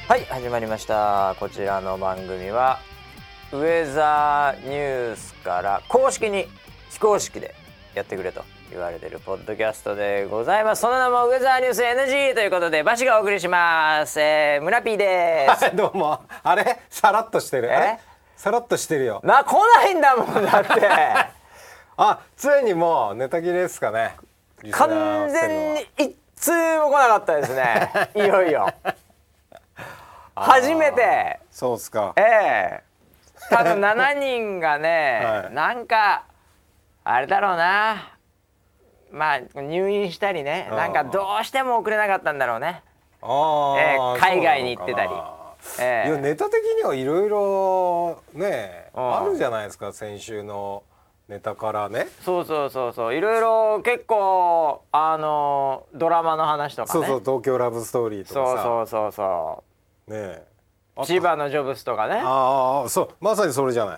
はい、始まりました。こちらの番組はウェザーニュースから公式に非公式でやってくれと言われているポッドキャストでございます。その名もウェザーニュース NG ということでバシがお送りします。村 P です。 はい、どうも。あれさらっとしてる。さらっとしてるよ。 来ないんだもんだって。 あ、ついにもうネタ切れですかね。 完全に一通も来なかったですね。いよいよ初めて。 そうっすか。 多分7人がね、 はい、 なんかあれだろうな、まあ入院したりね、なんかどうしても送れなかったんだろうね。海外に行ってたり。 いやネタ的にはいろいろね、あるじゃないですか。先週のネタからね。 そういろいろ結構ドラマの話とかね。 そう東京ラブストーリーとかさ。 そうね千葉のジョブスとかね。 そうまさにそれじゃない。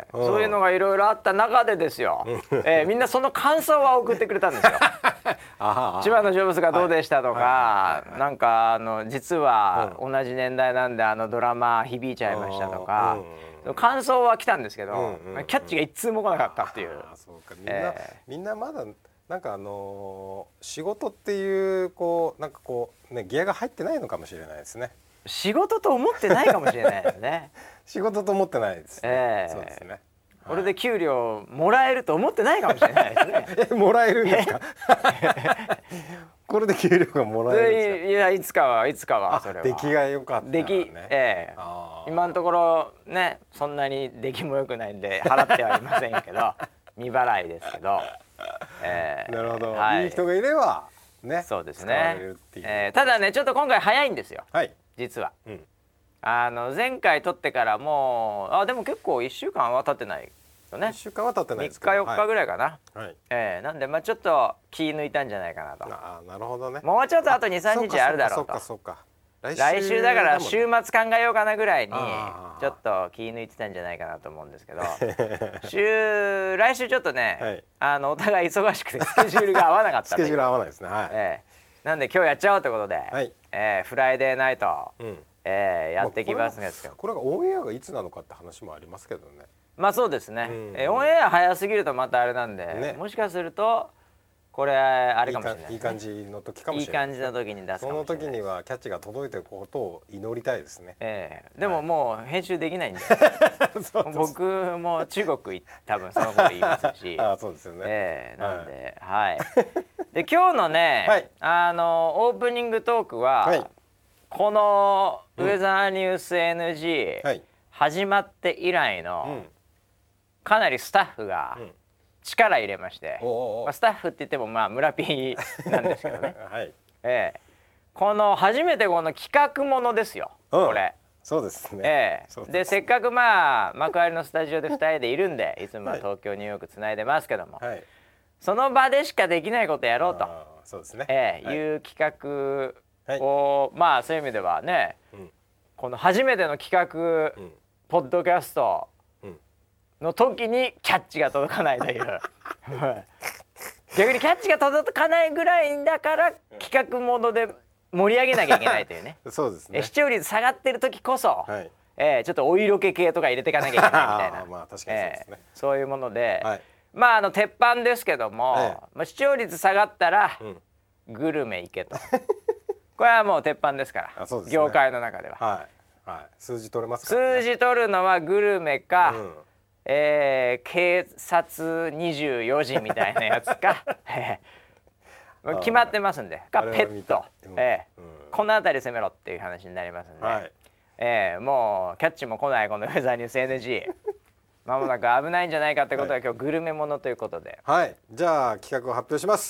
そういうのがいろいろあった中でですよ。みんなその感想は送ってくれたんですよ。千葉のジョブスがどうでしたとか、なんか実は同じ年代なんでドラマ響いちゃいましたとか、感想は来たんですけど、キャッチが一通も来なかったっていう。 そうか、みんなまだなんか仕事っていうこうなんかこうねギアが入ってないのかもしれないですね。 仕事と思ってないかもしれないですね。 仕事と思ってないですね。そうですね。 これで給料もらえると思ってないかもしれないですね。 もらえるんですか？これで給料がもらえるんですか？ いや、いつかはそれは。 出来が良かったらね。 今のところね、そんなに出来も良くないんで払ってはいませんけど、未払いですけど。 なるほど。いい人がいればね。 そうですね。ただね、ちょっと今回早いんですよ。 はい。 実は。前回撮ってからもうでも結構1週間は経ってないよね。 1週間は経ってないですけど、3日4日ぐらいかな。 はいなんでちょっと気抜いたんじゃないかなと。 なるほどね。 もうちょっとあと 2,3 日あるだろうと。 そうか。 来週だから週末考えようかなぐらいにちょっと気抜いてたんじゃないかなと思うんですけど、来週ちょっとね、お互い忙しくてスケジュールが合わなかった。 スケジュール合わないですね。 なんで今日やっちゃおうということで、フライデーナイトやってきますけど、 これがオンエアがいつなのかって話もありますけどね。 まあそうですね。オンエア早すぎるとまたあれなんで、もしかするとこれあれかもしれない。 いい感じの時かもしれない。 いい感じの時に出すかもしれない。 その時にはキャッチが届いていることを祈りたいですね。 でももう編集できないんで、僕も中国多分その頃言いますし。 そうですよね。 なんでで今日のね、オープニングトークはこのウェザーニュース NG 始まって以来のかなりスタッフが力入れまして、スタッフって言っても村 P なんですけどね。この初めてこの企画ものですよ、これ。 そうですね。 でせっかく幕張のスタジオで2人でいるんで、いつもは東京ニューヨークつないでますけども、その場でしかできないことやろうという企画を、そういう意味ではね、この初めての企画ポッドキャストの時にキャッチが届かないという逆にキャッチが届かないぐらいだから企画モードで盛り上げなきゃいけないというね。 そうですね。 視聴率下がってる時こそ、ちょっとお色気系とか入れていかなきゃいけないみたいな確かにそうですね。 そういうもので、鉄板ですけども、視聴率下がったらグルメ行けとこれはもう鉄板ですから、業界の中では。 数字取れますからね。 数字取るのはグルメか、警察24時みたいなやつか決まってますんで、ペット、この辺り攻めろっていう話になりますんで、もうキャッチも来ないこのウェザーニュース NG まもなく危ないんじゃないかってことは、今日グルメものということで、 じゃあ企画を発表します。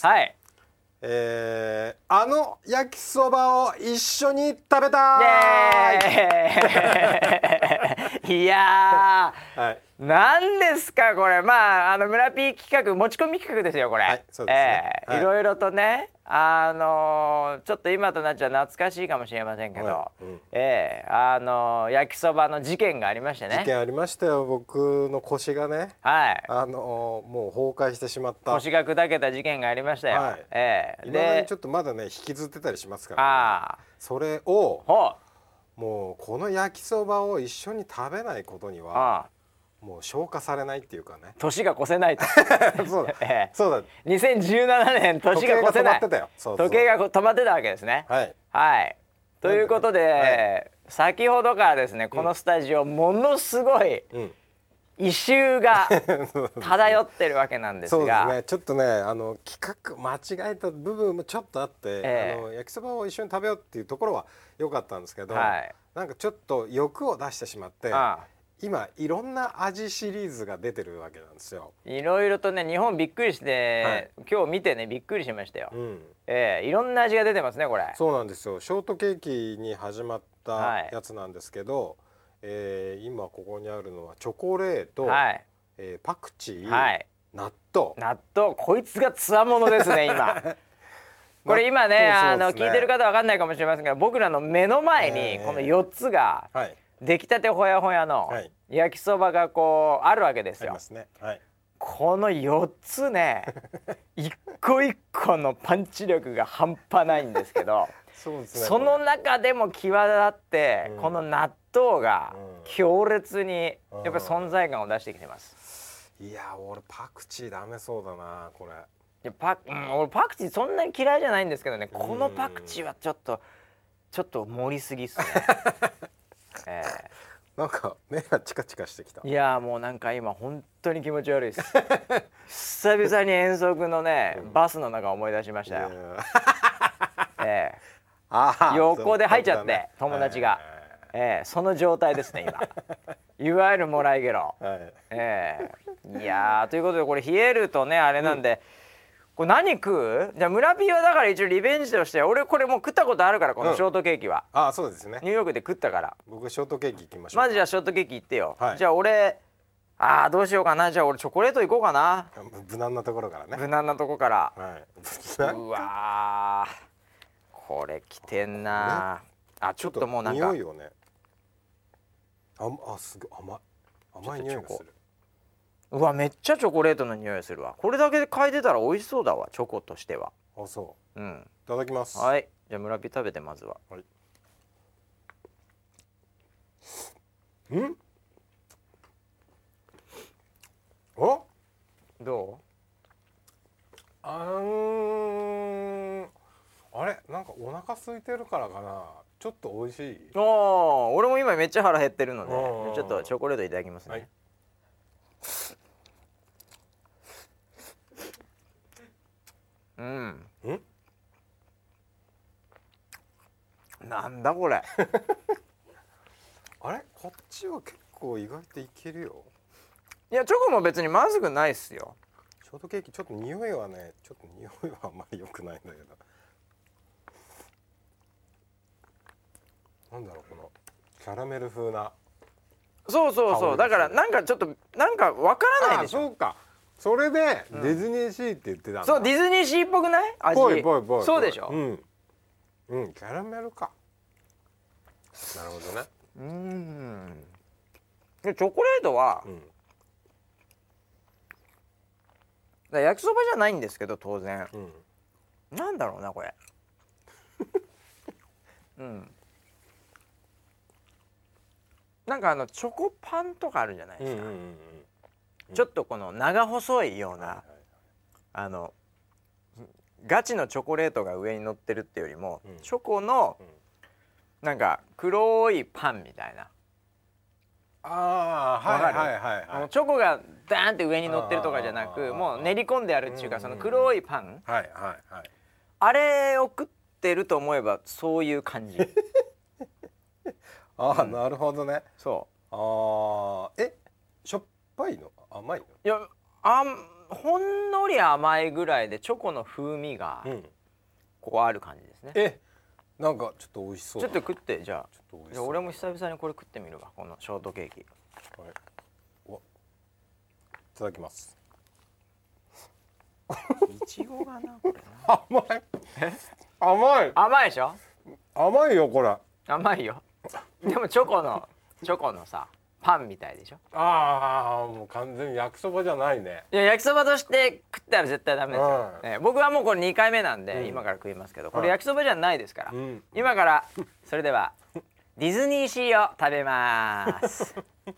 焼きそばを一緒に食べたい。いや何ですかこれ。村 P 企画持ち込み企画ですよこれ。いろいろとね、ちょっと今となっちゃ懐かしいかもしれませんけど、焼きそばの事件がありましてね。 事件ありましたよ。僕の腰がね、もう崩壊してしまった、 腰が砕けた事件がありましたよ。 でちょっとまだね引きずってたりしますから、それをもうこの焼きそばを一緒に食べないことにはもう消化されないっていうかね。 年が越せないとそうだ、そうだ。 2017年年が越せない。時計が止まってたわけですね。 はい、 はい、ということで、先ほどからですねこのスタジオものすごい異臭が漂ってるわけなんですが、そうですね、ちょっとね企画間違えた部分もちょっとあって、焼きそばを一緒に食べようっていうところは良かったんですけど、なんかちょっと欲を出してしまって、今いろんな味シリーズが出てるわけなんですよ。 いろいろとね日本びっくりして、今日見てねびっくりしましたよ。いろんな味が出てますねこれ。 そうなんですよ。ショートケーキに始まったやつなんですけど、今ここにあるのはチョコレート、パクチー、納豆。 こいつがつわものですね今。これ今ね聞いてる方わかんないかもしれませんが、僕らの目の前にこの4つが出来たてほやほやの焼きそばがこうあるわけですよ。この4つね一個一個のパンチ力が半端ないんですけどその中でも際立って、この納豆が強烈にやっぱり存在感を出してきてます。 いや俺パクチーダメそうだなこれ。 俺パクチーそんなに嫌いじゃないんですけどね、このパクチーはちょっと盛りすぎっすね。 なんか目がチカチカしてきた。 いやもうなんか今本当に気持ち悪いです。久々に遠足のね、バスの中思い出しましたよ。横で吐いちゃって、友達が、その状態ですね今。いわゆるもらいゲロ。いやということでこれ冷えるとねあれなんで、これ何食う？じゃあ村ピーはだから一応リベンジとして、俺これもう食ったことあるから、このショートケーキは。 そうですね。 ニューヨークで食ったから。 僕ショートケーキ行きましょう。 まずじゃあショートケーキ行ってよ。じゃあ俺どうしようかな。じゃあ俺チョコレート行こうかな。 無難なところからね。 無難なとこから。うわこれきてんな。ちょっともうなんか匂いをね。すごい甘い匂いがする。 うわめっちゃチョコレートの匂いするわ。これだけで嗅いでたら美味しそうだわ、チョコとしては。 そう。いただきます。 はい、じゃあ村ピー食べてまずは。どう？ あれなんかお腹空いてるからかな、ちょっと美味しい。 俺も今めっちゃ腹減ってるのでちょっとチョコレートいただきますね。なんだこれ。 あれこっちは結構意外といけるよ。 いやチョコも別にまずくないっすよ。 ショートケーキちょっと匂いはね、あんまり良くないんだけど、なんだろうこのキャラメル風な。 そうだからなんかちょっとなんかわからないでしょ。 そうか、それでディズニーシーって言ってたんだ。 そうディズニーシーっぽくない味。 ぽいそうでしょ。 キャラメルか。なるほどね。 でチョコレートは、焼きそばじゃないんですけど当然、なんだろうなこれ。なんかチョコパンとかあるじゃないですか。ちょっとこの長細いようなガチのチョコレートが上に乗ってるっていうよりも、チョコのなんか黒いパンみたいな。チョコがダーンって上に乗ってるとかじゃなく、もう練り込んであるっていうか、その黒いパン、あれを食ってると思えばそういう感じ。 なるほどね。 そう。 しょっぱいの？甘いの？ いやほんのり甘いぐらいでチョコの風味がこうある感じですね。 なんかちょっと美味しそう。 ちょっと食って。じゃあ俺も久々にこれ食ってみるわ、このショートケーキ。 いただきます。 いちごがなこれな。甘いでしょ。 甘いよこれ。 甘いよ。でもチョコのさパンみたいでしょ。 もう完全に焼きそばじゃないね。 いや焼きそばとして食ったら絶対ダメですよ。僕はもうこれ2回目なんで今から食いますけど、これ焼きそばじゃないですから。今からそれではディズニーシーを食べます。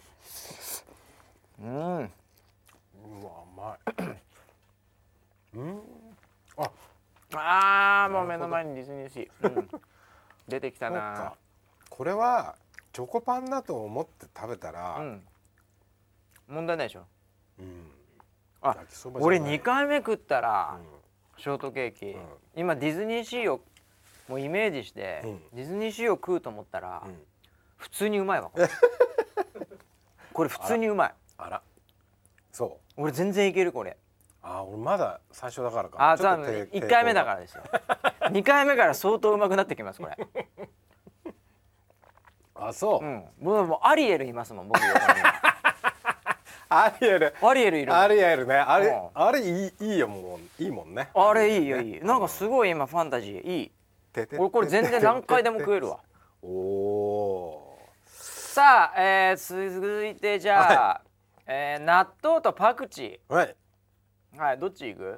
うん。うわ、 うまい。うん。 もう目の前にディズニーシー、うん、出てきたな。 これはチョコパンだと思って食べたら、 問題ないでしょ。俺2回目食ったら、ショートケーキ、今ディズニーシーをもうイメージして、ディズニーシーを食うと思ったら、普通にうまいわこれ普通にうまい。 あら、そう。 俺全然いけるこれ。 俺まだ最初だからか。 じゃあ1回目だからですよ。2回目から相当うまくなってきますこれ。 そう。 もうアリエルいますもん僕横に。 アリエルいる。アリエルね。あれいいよ、もういいもんね。 あれいいよいい。なんかすごい今ファンタジーいい。俺これ全然何回でも食えるわ。さあ、続いてじゃあ、納豆とパクチー。はい、どっち行く？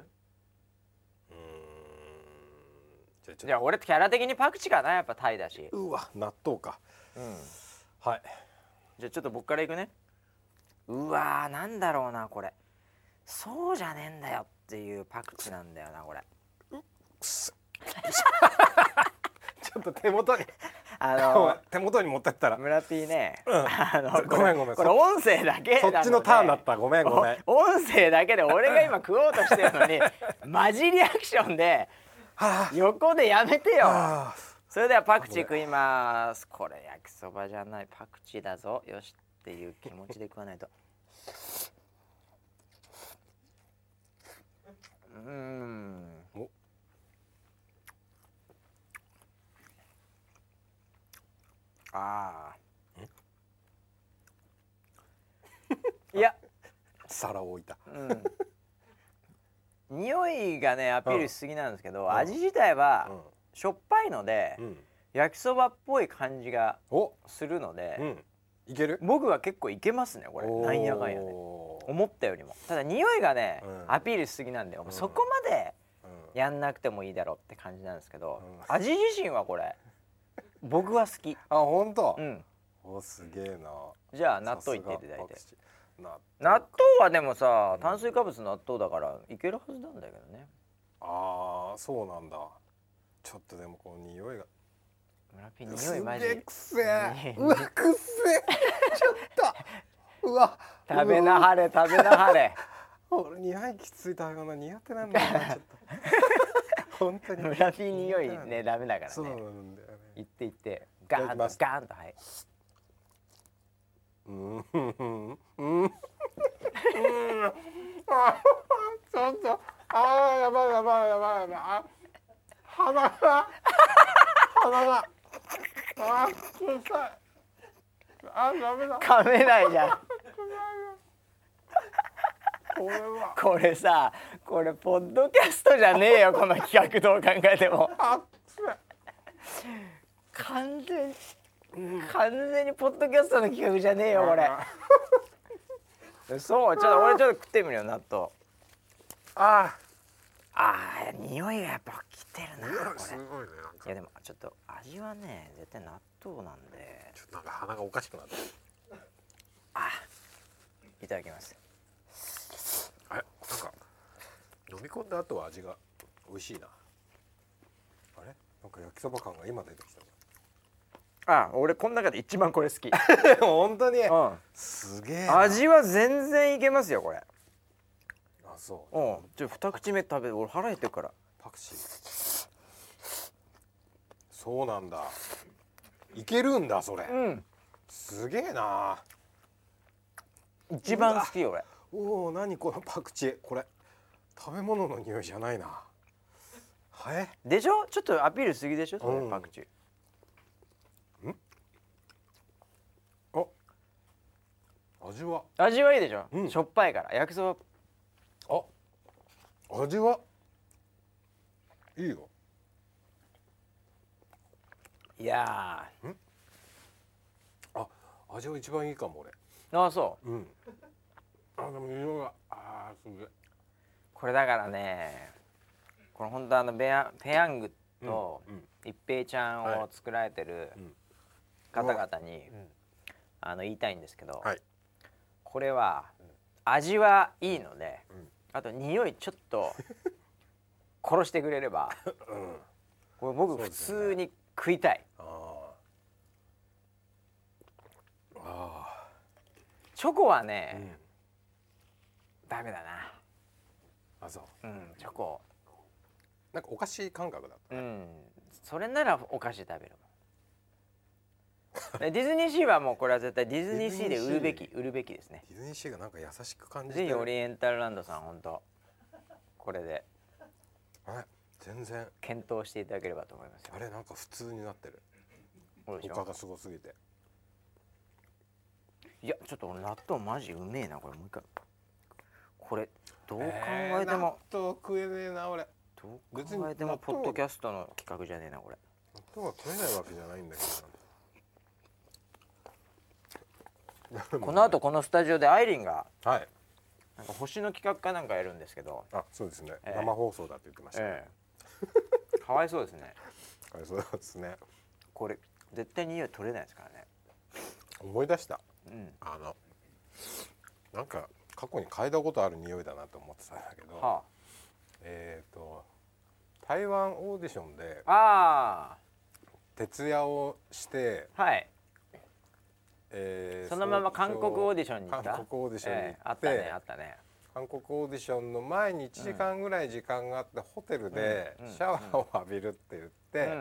じゃあ俺キャラ的にパクチーかな、やっぱタイだし。 うわ、納豆か。はい。 じゃあちょっと僕からいくね。うわー、なんだろうなこれ。そうじゃねえんだよっていうパクチーなんだよなこれ。 ちょっと手元に持ってったら村 P ね、 ごめんこれ音声だけそっちのターンだった。ごめん。音声だけで俺が今食おうとしてるのにマジリアクションで横でやめてよ。それではパクチー食います。これ焼きそばじゃないパクチーだぞ、よしっていう気持ちで食わないと。いや皿を置いた。 匂いがねアピールしすぎなんですけど、味自体はしょっぱいので、焼きそばっぽい感じがするので、 いける？ 僕は結構いけますねこれ。なんやかんやね、思ったよりも。ただ匂いがね、アピールしすぎなんで、そこまでやんなくてもいいだろうって感じなんですけど、味自身はこれ僕は好き。 本当？すげえな。 じゃあ納豆いっていただいて。納豆はでもさ、炭水化物納豆だからいけるはずなんだけどね。 そうなんだ。ちょっとでもこの匂いが村ピン匂いマジくせえ。うわくせえ。ちょっとうわ食べなはれ食べなはれ。 俺2杯きつい食べ物苦手なんだよな。ちょっと本当に村ピン匂いねダメだからね。 そうなんだよね。 いっていってガーンとガーンと。はい。 ちょっとやばい。鼻がダメだ。 噛めないじゃん。これさ、これポッドキャストじゃねえよこの企画。どう考えても完全にポッドキャストの企画じゃねえよこれ。そう、俺ちょっと食ってみるよ納豆。匂いがやっぱきてるなこれ。すごいね。いやでもちょっと味はね絶対納豆なんで、 ちょっとなんか鼻がおかしくなって。 いただきます。 なんか飲み込んだ後は味が美味しいな。なんか焼きそば感が今出てきた。 俺この中で一番これ好き。 本当に、すげえ。 味は全然いけますよこれ。 そう。 2口目食べる。俺腹減ってるから。 パクチー。そうなんだ。いけるんだそれ。すげえな。 一番好きよ俺。 何このパクチー。これ食べ物の匂いじゃないな。 でしょ。ちょっとアピールしすぎでしょそれ、パクチー。味はいいでしょ。しょっぱいから焼きそば。味はいいよ。 いや味は一番いいかも俺。 そう。 でも色がすげえ。 これだからね、これ本当ペヤングと一平ちゃんを作られてる方々に、言いたいんですけど、これは味はいいので、あと匂いちょっと殺してくれれば、これ僕普通に食いたい。チョコはね、ダメだな。 あ、そう。 チョコ。 なんかお菓子感覚だった。 それならお菓子食べるもん。ディズニーシーはもうこれは絶対ディズニーシーで売るべきですね。 ディズニーシーがなんか優しく感じてる。 ぜひオリエンタルランドさん本当これで全然検討していただければと思いますよ。 あれなんか普通になってる。他がすごすぎて。 いやちょっと納豆マジうめえなこれ。もう一回これどう考えても納豆食えねえな俺。 どう考えてもポッドキャストの企画じゃねえなこれ。 納豆は食えないわけじゃないんだけどこの後このスタジオでアイリンがなんか星の企画かなんかやるんですけど。 そうですね、生放送だって言ってました、 かわいそうですね。 かわいそうですね。 これ絶対匂い取れないですからね。 思い出した、なんか過去に嗅いだことある匂いだなと思ってたんだけど、台湾オーディションで徹夜をして、 そのまま韓国オーディションに行った。 韓国オーディションに行って、 あったね。 韓国オーディションの前に1時間ぐらい時間があって、ホテルでシャワーを浴びるって言って、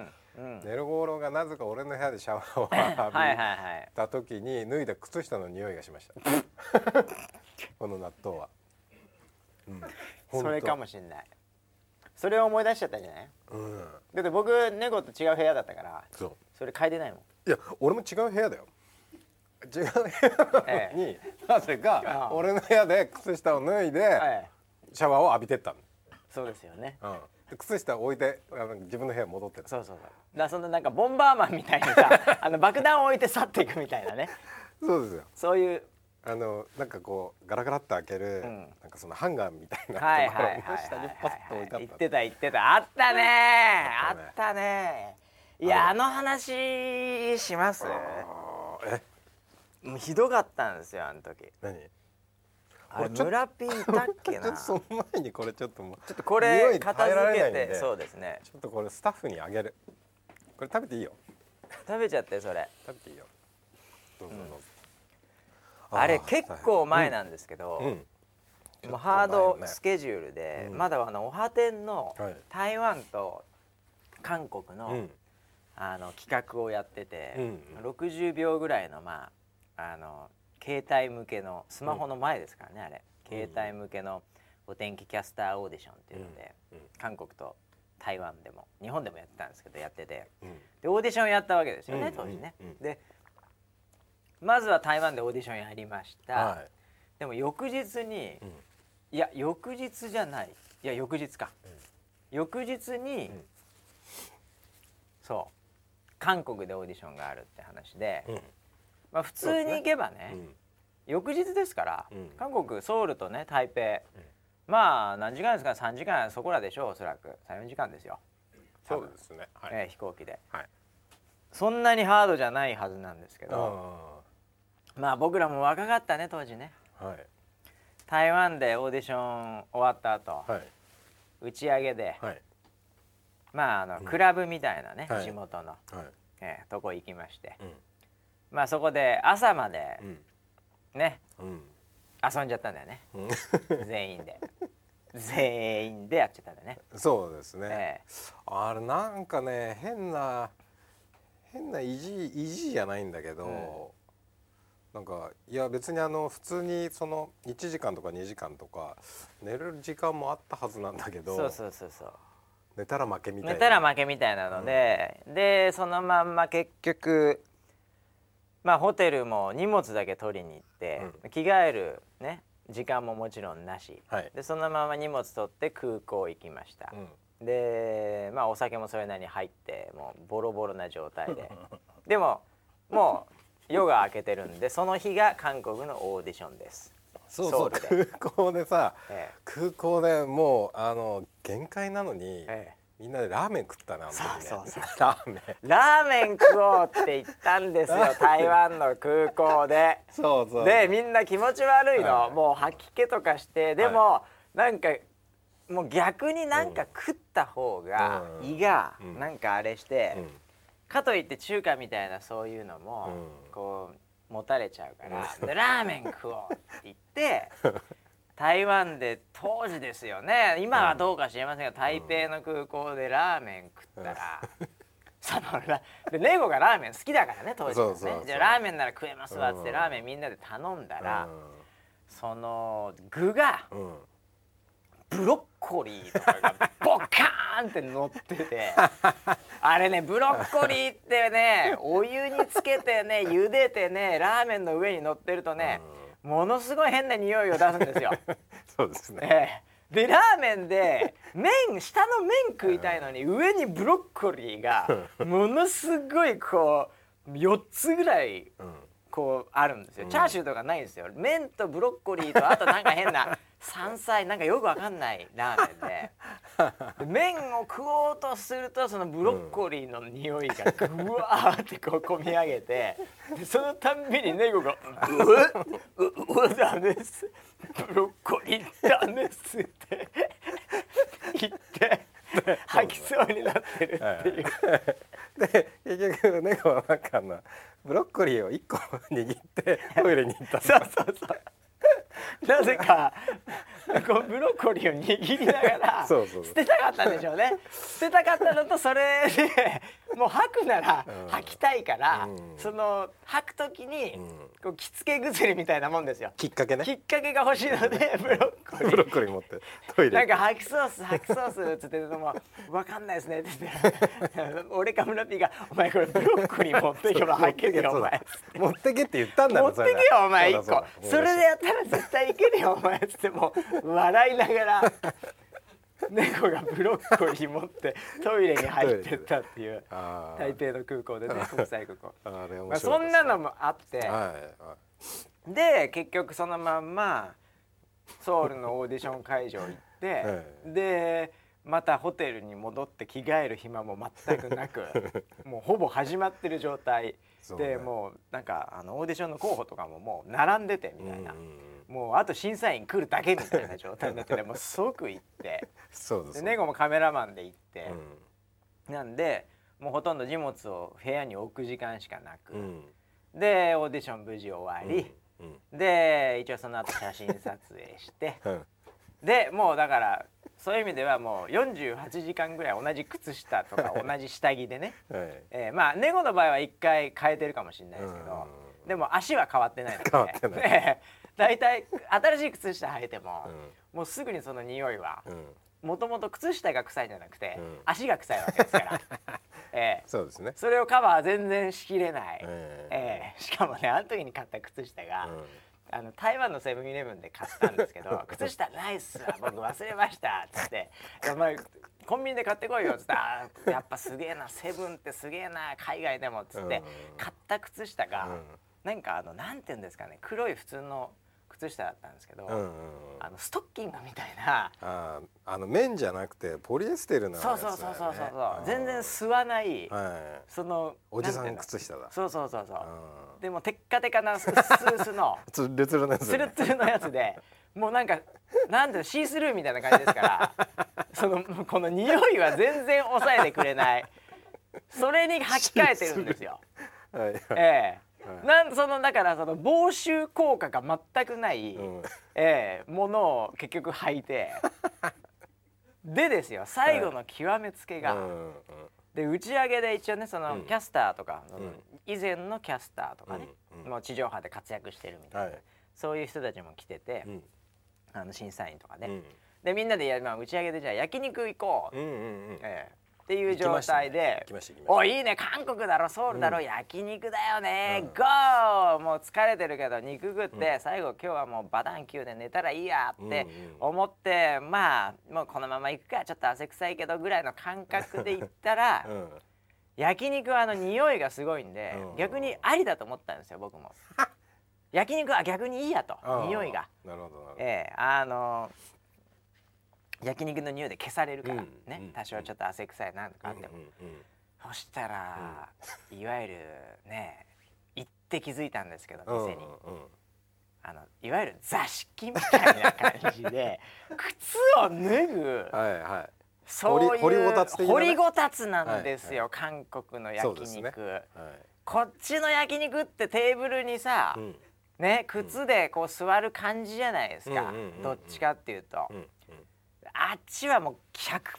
ネルゴーロがなぜか俺の部屋でシャワーを浴びた時に脱いだ靴下の匂いがしましたこの納豆は、 それかもしんない。それを思い出しちゃったんじゃない？だって僕猫と違う部屋だったから、それ嗅いでないもん。 いや俺も違う部屋だよ。違う部屋になぜか俺の部屋で靴下を脱いでシャワーを浴びてったの。 そうですよね。 靴下を置いて自分の部屋戻ってる。 そうだそのなんかボンバーマンみたいにさ爆弾を置いて去っていくみたいなね。 そうですよ。 そういうなんかこうガラガラっと開ける、なんかそのハンガーみたいなところの下にパッと置いてあった。 言ってたあったね。いや話します？もうひどかったんですよあの時。 何？ あれ村ピーいたっけな。 ちょっとその前にこれちょっとこれ片付けて。そうですね。 ちょっとこれスタッフにあげる。これ食べていいよ。 食べちゃってそれ。 食べていいよ。どうぞどうぞ。 あれ結構前なんですけど、もうハードスケジュールでまだオハテンの台湾と韓国の企画をやってて、60秒ぐらいの携帯向けのスマホの前ですからね、あれ携帯向けのお天気キャスターオーディションっていうので、韓国と台湾でも日本でもやってたんですけどやってて、でオーディションやったわけですよね当時ね。でまずは台湾でオーディションやりました、でも翌日に、いや翌日じゃない、いや翌日か、翌日に、そう韓国でオーディションがあるって話で、普通に行けばね、翌日ですから、韓国ソウルとね台北、何時間ですか、3時間そこらでしょう、おそらく3、4時間ですよ。 そうですね、 飛行機で、そんなにハードじゃないはずなんですけど、僕らも若かったね当時ね。台湾でオーディション終わった後、打ち上げで、クラブみたいなね、地元の、とこ行きまして、そこで朝までね、遊んじゃったんだよね、全員でやっちゃったんだね。 そうですね、あれなんかね変な意地じゃないんだけど、なんかいや別に普通にその1時間とか2時間とか寝る時間もあったはずなんだけど、 そう寝たら負けみたいなので、でそのまんま結局ホテルも荷物だけ取りに行って、着替えるね時間ももちろんなし、でそのまま荷物取って空港行きました、でお酒もそれなりに入ってもうボロボロな状態ででももう夜が明けてるんで、その日が韓国のオーディションです。 そう空港でさ、空港でもう限界なのに、 みんなでラーメン食ったな。 そうそうそうラーメンラーメン食おうって言ったんですよ台湾の空港で。 そうそうでみんな気持ち悪いの、はい、もう吐き気とかしてでも、はい、なんかもう逆になんか食った方が胃がなんかあれして、かといって中華みたいなそういうのもこう持たれちゃうから、でラーメン食おうって言って台湾で当時ですよね、今はどうか知りませんが台北の空港でラーメン食ったらそのでネゴがラーメン好きだからね当時はね、じゃあラーメンなら食えますわってラーメンみんなで頼んだら、その具がブロッコリーとかがボカーンって乗っててあれねブロッコリーってねお湯につけてね茹でてねラーメンの上に乗ってるとね、ものすごい変な匂いを出すんですよ。 そうですね、 でラーメンで下の麺食いたいのに上にブロッコリーがものすごいこう4つぐらいこうあるんですよ。チャーシューとかないんですよ。麺とブロッコリーとあとなんか変な山菜なんかよくわかんないラーメンで麺を食おうとするとそのブロッコリーの匂いがぐわーってこう込み上げて、でそのたんびにネゴがダメですブロッコリーダメですって言って吐きそうになってるっていう。 で結局ネゴはなんかブロッコリーを1個握ってトイレに行った。 そうそうそう。なぜかこうブロッコリーを握りながら捨てたかったんでしょうね。捨てたかったのとそれでもう吐くなら吐きたいから、その吐く時にこう着付け薬みたいなもんですよ。 きっかけね。 きっかけが欲しいのでブロッコリー持ってトイレなんか吐きソースっつってるのも分かんないですねって言って俺か村Pがお前これブロッコリー持ってけば吐けるよお前持ってけって言ったんだろ。 持ってけよお前1個それでやったら絶対いけるよお前っつっても笑いながら猫がブロッコリー持ってトイレに入ってったっていう台北の空港でね国際空港そんなのもあって、で結局そのまんまソウルのオーディション会場行って、でまたホテルに戻って着替える暇も全くなくもうほぼ始まってる状態で、もうなんかオーディションの候補とかももう並んでてみたいな、もうあと審査員来るだけみたいな状態になってもう即行ってでネゴもカメラマンで行って、なんでもうほとんど荷物を部屋に置く時間しかなく、でオーディション無事終わり、で一応その後写真撮影して、でもうだからそういう意味ではもう48時間ぐらい同じ靴下とか同じ下着でね、まあネゴの場合は1回変えてるかもしれないですけど、でも足は変わってないのでだいたい新しい靴下履いても、もうすぐにその匂いはもともと靴下が臭いんじゃなくて、足が臭いわけですから。 そうですね。 それをカバー全然しきれない、しかもねあの時に買った靴下が、台湾のセブンイレブンで買ったんですけど靴下ないっすわ僕忘れましたっつってお前コンビニで買ってこいよっつってやっぱすげえなセブンってすげえな海外でもっつって買った靴下がなんかなんて言うんですかね黒い普通の靴下だったんですけど、ストッキングみたいな綿じゃなくてポリエステルのやつだよね。 そう全然吸わない、そのおじさん靴下だ。 そうでもテッカテカなスのツルツルのやつ、 ツルツルのやつでもうなんかなんていうのシースルーみたいな感じですからこの匂いは全然抑えてくれないそれに履き替えてるんですよ。だからその防臭効果が全くない、ものを結局履いてでですよ最後の極めつけが、で打ち上げで一応ねそのキャスターとか、以前のキャスターとかね、もう地上波で活躍してるみたいな、そういう人たちも来てて、審査員とかね、でみんなで打ち上げでじゃあ焼肉行こう、っていう状態で「おいいね韓国だろソウルだろ、焼肉だよね、ゴーもう疲れてるけど肉食って、最後今日はもうバタンキューで寝たらいいや」って思って、まあもうこのまま行くかちょっと汗臭いけどぐらいの感覚で行ったら、焼肉は匂いがすごいんで、逆にありだと思ったんですよ僕も。焼肉は逆にいいやと、匂いが。 なるほど。 焼肉の匂いで消されるからね、多少ちょっと汗臭いなとかあっても、そしたら、いわゆるね行って気づいたんですけど店に、いわゆる座敷みたいな感じで靴を脱ぐ、そういう掘りごたつなんですよ、韓国の焼肉。こっちの焼肉ってテーブルにさ、ね、靴でこう座る感じじゃないですか、どっちかっていうと。あっちはもう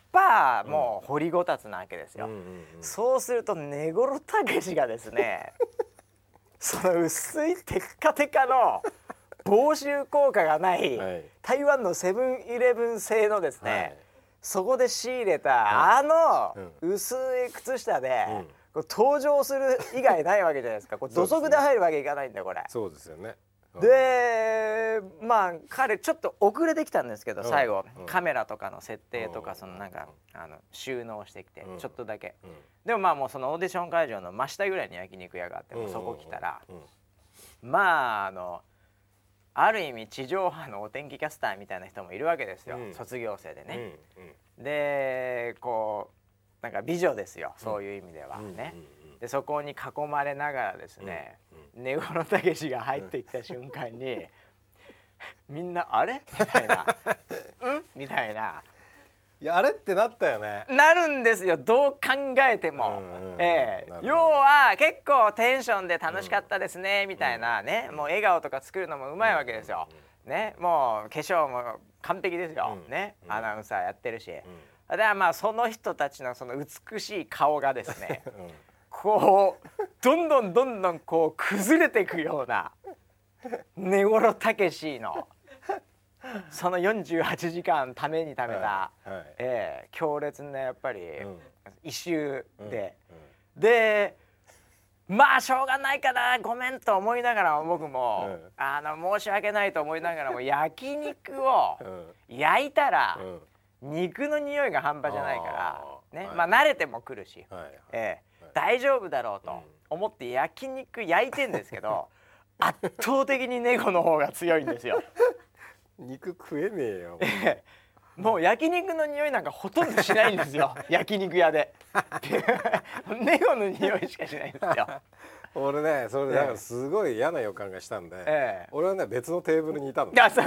100% もう掘りごたつなわけですよ。そうすると根室たけしがですねその薄いテッカテカの防臭効果がない、台湾のセブンイレブン製のですね、そこで仕入れた、あの薄い靴下で、登場する以外ないわけじゃないですか。これ土足で入るわけいかないんだよこれ。 そうですよね。 でまあ彼ちょっと遅れてきたんですけど、最後カメラとかの設定とかそのなんか収納してきてちょっとだけ、でもまあもうそのオーディション会場の真下ぐらいに焼肉屋があって、もうそこ来たら、まあある意味地上波のお天気キャスターみたいな人もいるわけですよ、卒業生でね。でこうなんか美女ですよ、そういう意味ではね。でそこに囲まれながらですね、根室たけしが入ってきた瞬間にみんなあれみたいなみたいな、 いやあれってなったよね。 なるんですよ、どう考えても。要は結構テンションで楽しかったですねみたいなね、もう笑顔とか作るのもうまいわけですよ。ね、もう化粧も完璧ですよ。ね、アナウンサーやってるし。でまあその人たちのその美しい顔がですねこうどんどんこう崩れていくような根室たけしのその48時間ためにためた、強烈なやっぱり異臭で、まあしょうがないかなごめんと思いながら僕も、申し訳ないと思いながらも焼肉を焼いたら、肉の匂いが半端じゃないからね、まあ慣れても来るし、大丈夫だろうと思って焼肉焼いてんですけど圧倒的にネゴの方が強いんですよ。 肉食えねえよ。 もう焼肉の匂いなんかほとんどしないんですよ焼肉屋でネゴの匂いしかしないんですよ。 俺ねそれでなんかすごい嫌な予感がしたんで、俺はね別のテーブルにいたの。 そう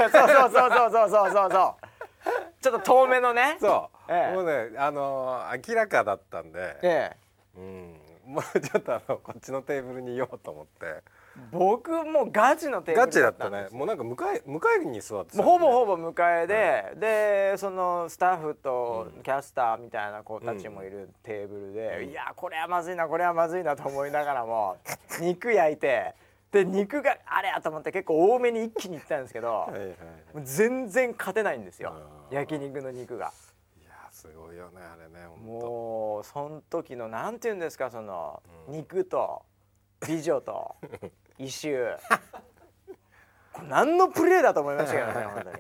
ちょっと遠めのね。 そう、もうね明らかだったんで、もうちょっとこっちのテーブルにいようと思って。 僕もうガチのテーブルガチだったね。もうなんか向かいに座ってた、 ほぼ向かいで、でそのスタッフとキャスターみたいな子たちもいるテーブルで、いやこれはまずいなと思いながらも肉焼いて、で肉があれやと思って結構多めに一気にいったんですけど、全然勝てないんですよ焼肉の肉が。 いやすごいよねあれね。 もうその時のなんていうんですか、その肉と美女と異臭これ何のプレーだと思いましたけどね本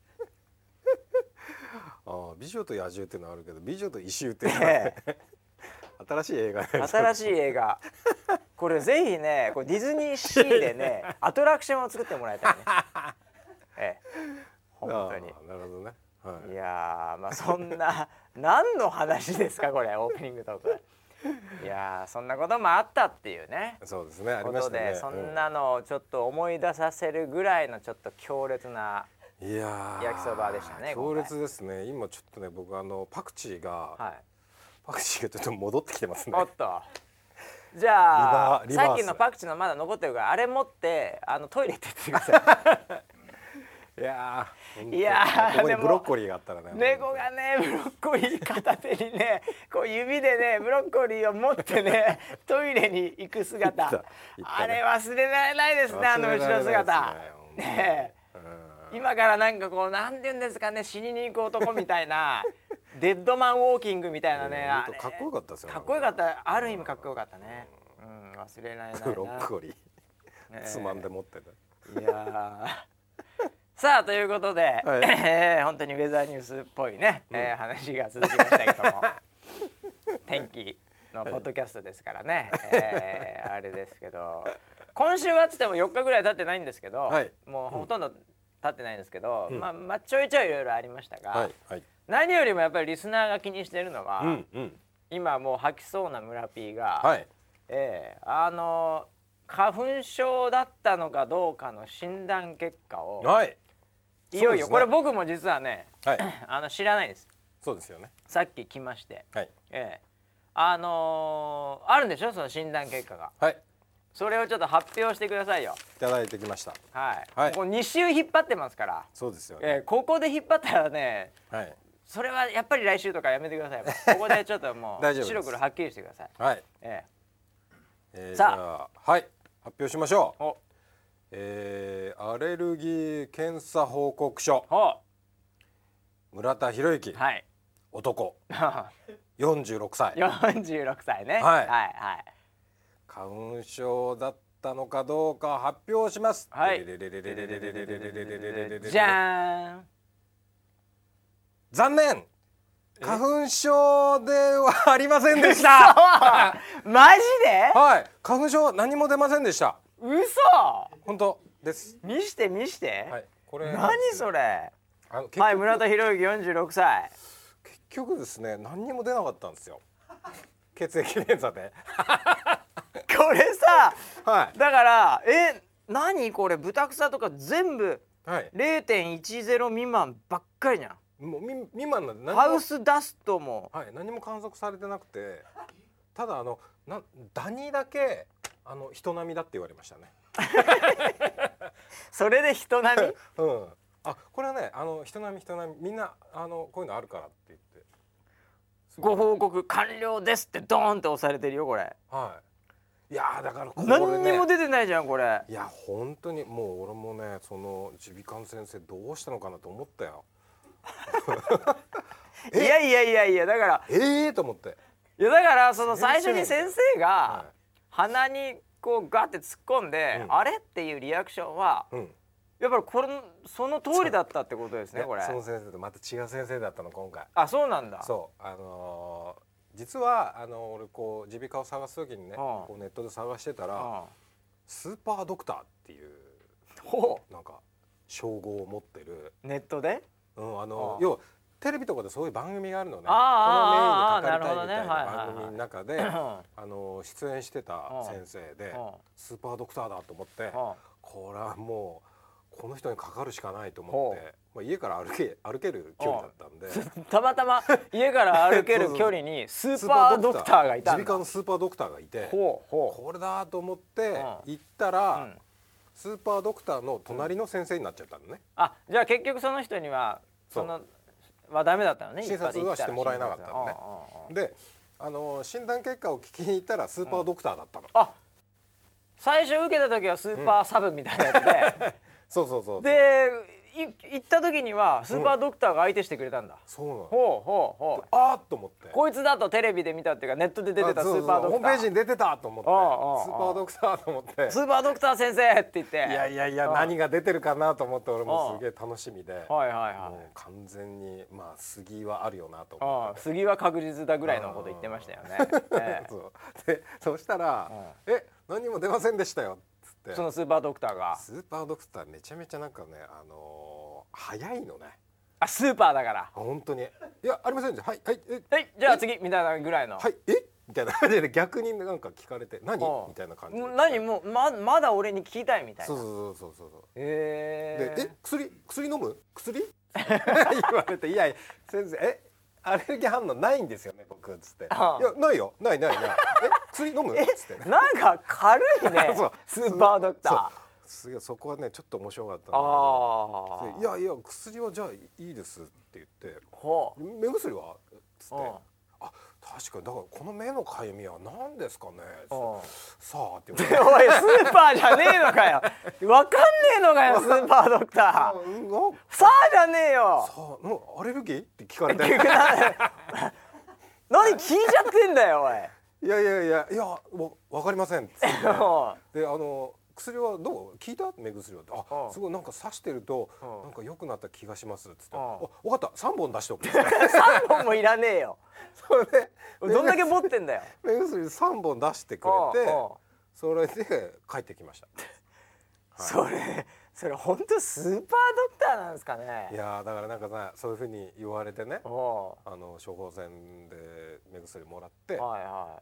当に。美女と野獣っていうのはあるけど、美女と異臭っていうのは、ね、新しい映画。 新しい映画これぜひね、これディズニーシーでねアトラクションを作ってもらいたいね。本当に。 なるほどね。 いやまあそんな何の話ですかこれオープニングトーク。いやそんなこともあったっていうね。 そうですね、ありましたね。 そんなのをちょっと思い出させるぐらいのちょっと強烈な焼きそばでしたね。 強烈ですね。今ちょっとね僕パクチーがちょっと戻ってきてますね。 おっと。じゃあさっきのパクチーのまだ残ってるからあれ持ってトイレ行ってってください。 いやここにブロッコリーがあったらね。 ネゴがねブロッコリー片手にねこう指でねブロッコリーを持ってねトイレに行く姿、あれ忘れられないですね、後ろ姿。今からなんかこうなんて言うんですかね、死にに行く男みたいなデッドマンウォーキングみたいなね。 かっこよかったですよね。 かっこよかった、ある意味かっこよかったね。忘れられないな。 ブロッコリーつまんで持ってた。 いやさあということで、本当にウェザーニュースっぽいね、話が続きましたけども天気のポッドキャストですからね、あれですけど、今週はっつっても4日ぐらい経ってないんですけど、もうほとんど経ってないんですけど、まあちょいちょいいろいろありましたが、 何よりもやっぱりリスナーが気にしてるのは、今もう吐きそうな村 P が、花粉症だったのかどうかの診断結果を、いよいよこれ僕も実はね、知らないです。 そうですよね。 さっき来まして、あるんでしょ、その診断結果が。それをちょっと発表してくださいよ。 いただいてきました。 こう2週引っ張ってますから。 そうですよね。 ここで引っ張ったらね、それはやっぱり来週とかやめてください。ここでちょっともう白黒はっきりしてください。 さあ、発表しましょう。アレルギー検査報告書。村田博之、男、46歳。 46歳ね。 花粉症だったのかどうか発表します。じゃーん。 残念、花粉症ではありませんでした。 マジで？ 花粉症何も出ませんでした。 嘘？ 本当です。 見して見して。 これ何それ？村田博之46歳。 結局ですね、何にも出なかったんですよ。血液検査で。 これさ、だから何これ、ブタクサとか全部 0.10 未満ばっかりじゃん。 もう未満なんで、 ハウスダストも、 何も観測されてなくて、ただダニだけ人並みだって言われましたね。 それで人並み？ これはね、人並みみんなこういうのあるからって言って、 ご報告完了ですってドーンって押されてるよこれ。 いやだからこれ、 何にも出てないじゃんこれ。 いや本当にもう俺もね、その耳鼻科先生どうしたのかなと思ったよ。 いやだからと思って。 いやだからその最初に先生が鼻にこうガッて突っ込んで、あれっていうリアクションは、やっぱりその通りだったってことですね。これその先生とまた違う先生だったの今回。 そうなんだ。 そう実は俺こう耳鼻科を探す時にね、こうネットで探してたら、スーパードクターっていうなんか称号を持ってる、 ネットで、 要はテレビとかでそういう番組があるのね。このメインにかかりたいみたいな番組の中で出演してた先生で、スーパードクターだと思って、これはもうこの人にかかるしかないと思って、家から歩ける距離だったんで、 たまたま家から歩ける距離にスーパードクターがいたんだ。 耳鼻科のスーパードクターがいて、これだと思って行ったら、スーパードクターの隣の先生になっちゃったのね。 じゃあ結局その人にはダメだったのね。 診察はしてもらえなかったのね。で診断結果を聞きに行ったらスーパードクターだったの。 最初受けた時はスーパーサブみたいなやつで、 そうで行った時にはスーパードクターが相手してくれたんだ。 そうなの。と思って、 こいつだとテレビで見たっていうかネットで出てたスーパードクター、 ホームページに出てたと思って、スーパードクターと思って、 スーパードクター先生って言って、 いや何が出てるかなと思って、俺もすげえ楽しみで、もう完全に杉はあるよなと思って、 杉は確実だぐらいのこと言ってましたよね。 そうしたら何も出ませんでしたよっつって、 そのスーパードクターが。 スーパードクターめちゃめちゃなんかね、早いのね。 スーパーだから本当に、いやありませんでした、 じゃあ次みたいなぐらいの、 みたいな感じで逆になんか聞かれて、何みたいな感じで、 何もうまだ俺に聞きたいみたいな。 そうで薬飲む薬言われて、先生アレルギー反応ないんですよね僕っつって、いやないよ、ない薬飲むっつって、 なんか軽いね。スーパードクター、 そこはねちょっと面白かったんだけど、いや薬はじゃあいいですって言って、目薬はっつって、確かにだからこの目のかゆみは何ですかね、さあって言われて、 おいスーパーじゃねえのかよ、わかんねえのかよスーパードクター、さあじゃねえよ、 さあアレルギーって聞かれて、 何聞いちゃってんだよおい。 いやわかりませんっつって、で薬はどう聞いた、目薬は、すごいなんか刺してるとなんか良くなった気がしますっつって、分かった3本出しておく。 3本もいらねえよ。それどんだけ持ってんだよ。 目薬3本出してくれて、それで帰ってきました。 それ本当スーパードクターなんですかね。 いやだからなんかさそういうふうに言われてね処方箋で目薬もらって、はいはい、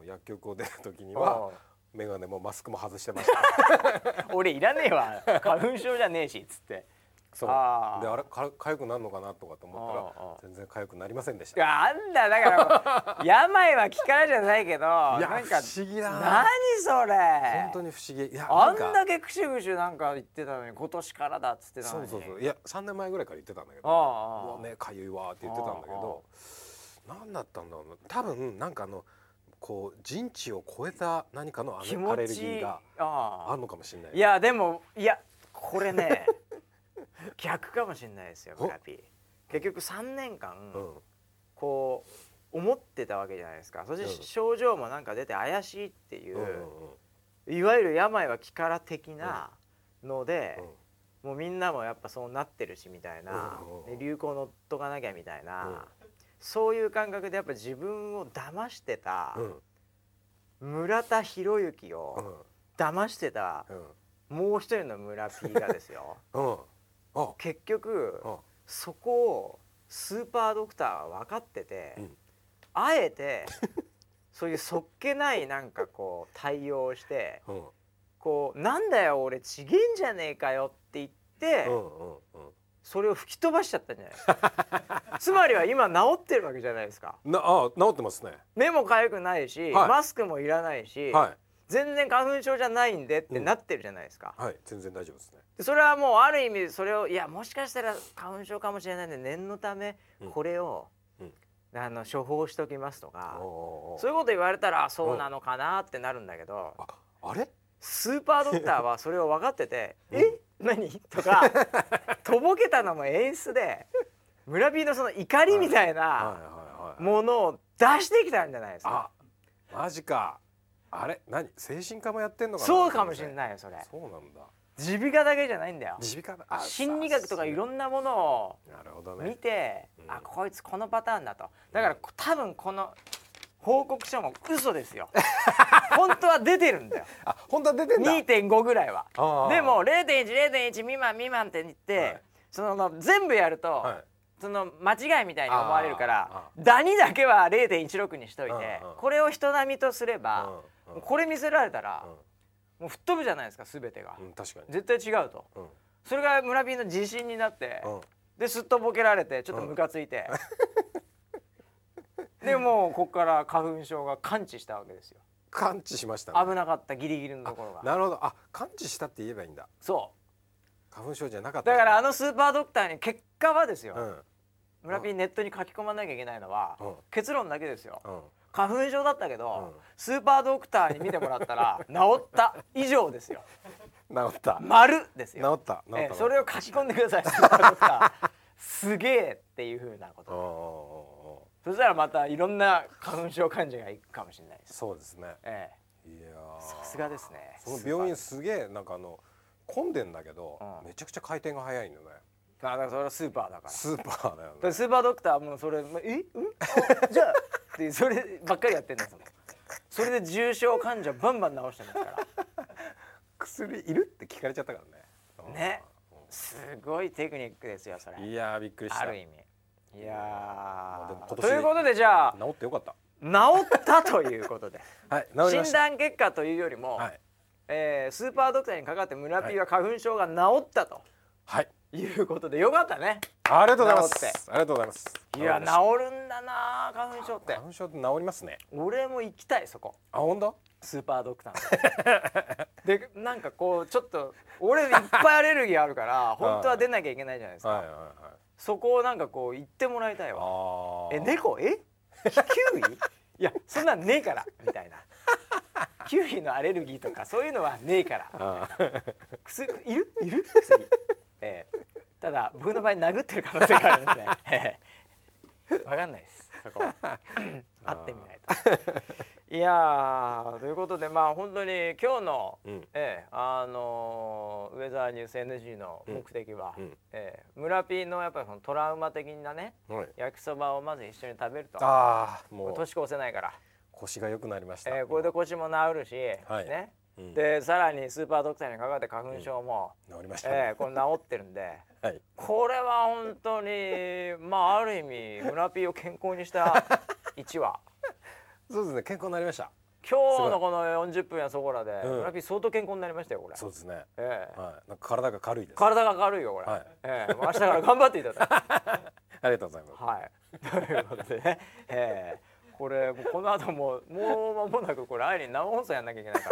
薬局を出る時には眼鏡もマスクも外してました俺いらねえわ花粉症じゃねえしっつって。 そうであれ痒くなるのかなとかと思ったら全然痒くなりませんでした。 いやあんだだから病は気からじゃないけどなんか不思議な何それ本当に不思議。いやあんだけクシュクシュなんか言ってたのに今年からだっつってたのにそういや3年前ぐらいから言ってたんだけどうわ目痒いわって言ってたんだけど何だったんだろうな。多分なんかこう人知を超えた何かのアレルギーがあるのかもしれない。 いやでもいやこれね逆かもしれないですよ村P。結局3年間、こう思ってたわけじゃないですか。そして症状もなんか出て怪しいっていう、いわゆる病は気から的なので、もうみんなもやっぱそうなってるしみたいな、流行乗っとかなきゃみたいな、そういう感覚でやっぱ自分を騙してた、村田博之を騙してた、もう一人の村Pがですよ。結局そこをスーパードクターは分かってて、あえてそういうそっけないなんかこう対応して、こうなんだよ俺ちげんじゃねえかよって言って、それを吹き飛ばしちゃったんじゃないですか。つまりは今治ってるわけじゃないですか。 治ってますね。 目も痒くないし、マスクもいらないし、全然花粉症じゃないんでってなってるじゃないですか。 はい、全然大丈夫ですね。 それはもうある意味それをいやもしかしたら花粉症かもしれないんで念のためこれを、処方しときますとか、そういうこと言われたらそうなのかなってなるんだけど、 あれスーパードクターはそれを分かってて「え何?」とかとぼけたのも演出で村Pのその怒りみたいなものを出してきたんじゃないですか。 マジか。あれ何精神科もやってんのかな。 そうかもしれないよそれ。 そうなんだ。 耳鼻科だけじゃないんだよ。 耳鼻科心理学とかいろんなものを見て、あこいつこのパターンだと。だから多分この報告書も嘘ですよ。本当は出てるんだよ。 本当は出てんだ。 2.5 ぐらいは。でも 0.1、0.1 未満って言って、その全部やると、その間違いみたいに思われるからダニだけは 0.16 にしといて、これを人並みとすれば、これ見せられたらもう吹っ飛ぶじゃないですか全てが。 確かに絶対違うと。それが村Pの自信になって、ですっとぼけられてちょっとムカついて、でもうここから花粉症が完治したわけですよ。 完治しましたね。 危なかったギリギリのところが。 なるほど。完治したって言えばいいんだ。 そう花粉症じゃなかった。 だからスーパードクターに結果はですよ、村Pネットに書き込まなきゃいけないのは、結論だけですよ。花粉症だったけど、スーパードクターに見てもらったら治った以上ですよ。 治った丸ですよ。 治った。 それを書き込んでください。スーパードクターすげえっていう風なこと。そしたらまたいろんな花粉症患者がいくかもしれないです。 そうですね。 いやさすがですね。 その病院すげえなんか混んでんだけど、めちゃくちゃ回転が早いのね。 だからそれはスーパーだから。 スーパーだよね。 スーパードクターもそれじゃあってそればっかりやってんですもん。それで重症患者バンバン治してますから。 薬いるって聞かれちゃったからね。 ね。すごいテクニックですよそれ。 いやびっくりした。 ある意味。いやということでじゃあ治ってよかった。 治ったということで、診断結果というよりも、スーパードクターにかかって村Pは花粉症が治ったということでよかったね。 ありがとうございます。ありがとうございます。 いや治るんだな花粉症って。 花粉症って治りますね。 俺も行きたいそこ。 本当？ スーパードクターでなんかこうちょっと俺いっぱいアレルギーあるから本当は出なきゃいけないじゃないですか。そこをなんかこう言ってもらいたいわ。猫キウイいやそんなんねえからみたいな。キウイのアレルギーとかそういうのはねえから薬いる薬、ただ僕の場合殴ってる可能性があるんで分かんないですそこ会ってみないと。いやということでまあ本当に今日の、ウェザーニュース NG の目的は、村Pのやっぱりそのトラウマ的なね、焼きそばをまず一緒に食べると。もう年越せないから腰が良くなりました。 これで腰も治るし、ねでさらにスーパードクターにかかって花粉症も、 治りましたね。 これ治ってるんで、これは本当にある意味村 P を健康にした1話。 そうですね、健康になりました。 今日のこの40分やそこらで村 P 相当健康になりましたよこれ。 そうですね。なんか体が軽いです。 体が軽いよこれ。明日から頑張っていただいて。 ありがとうございます。 はい。ということでね、これこの後も間もなくこれ愛に生放送やんなきゃいけないから、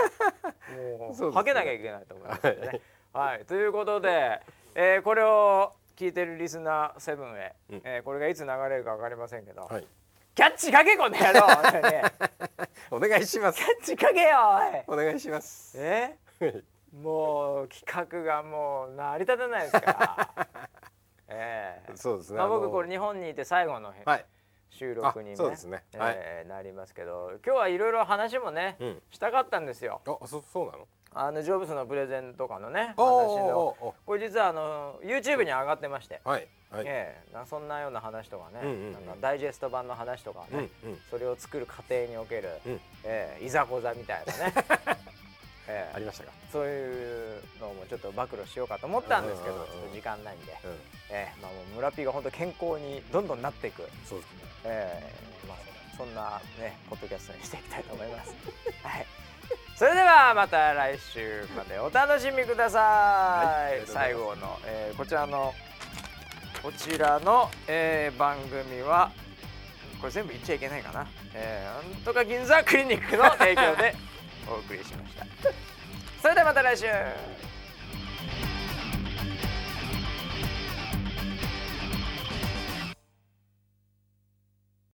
もうはけなきゃいけないと思いますね。はい。ということで、これを聞いてるリスナー7へ、これがいつ流れるかわかりませんけど、キャッチかけこの野郎。 お願いします。 キャッチかけよ。 お願いします。 もう企画がもう成り立たないですから。 そうですね。 僕これ日本にいて最後の収録にねなりますけど、今日はいろいろ話もねしたかったんですよ。 そうなの？ ジョブズのプレゼンとかのね話の、これ実はYouTube に上がってまして、そんなような話とかね、なんかダイジェスト版の話とかね、それを作る過程におけるいざこざみたいなね。 ありましたか。 そういうのもちょっと暴露しようかと思ったんですけど、ちょっと時間ないんで、もう村 P が本当健康にどんどんなっていく、そうですね。そんなねポッドキャストにしていきたいと思います。はい。それではまた来週までお楽しみください。最後のこちらの番組はこれ全部言っちゃいけないかな。なんとか銀座クリニックの提供でお送りしました。それではまた来週。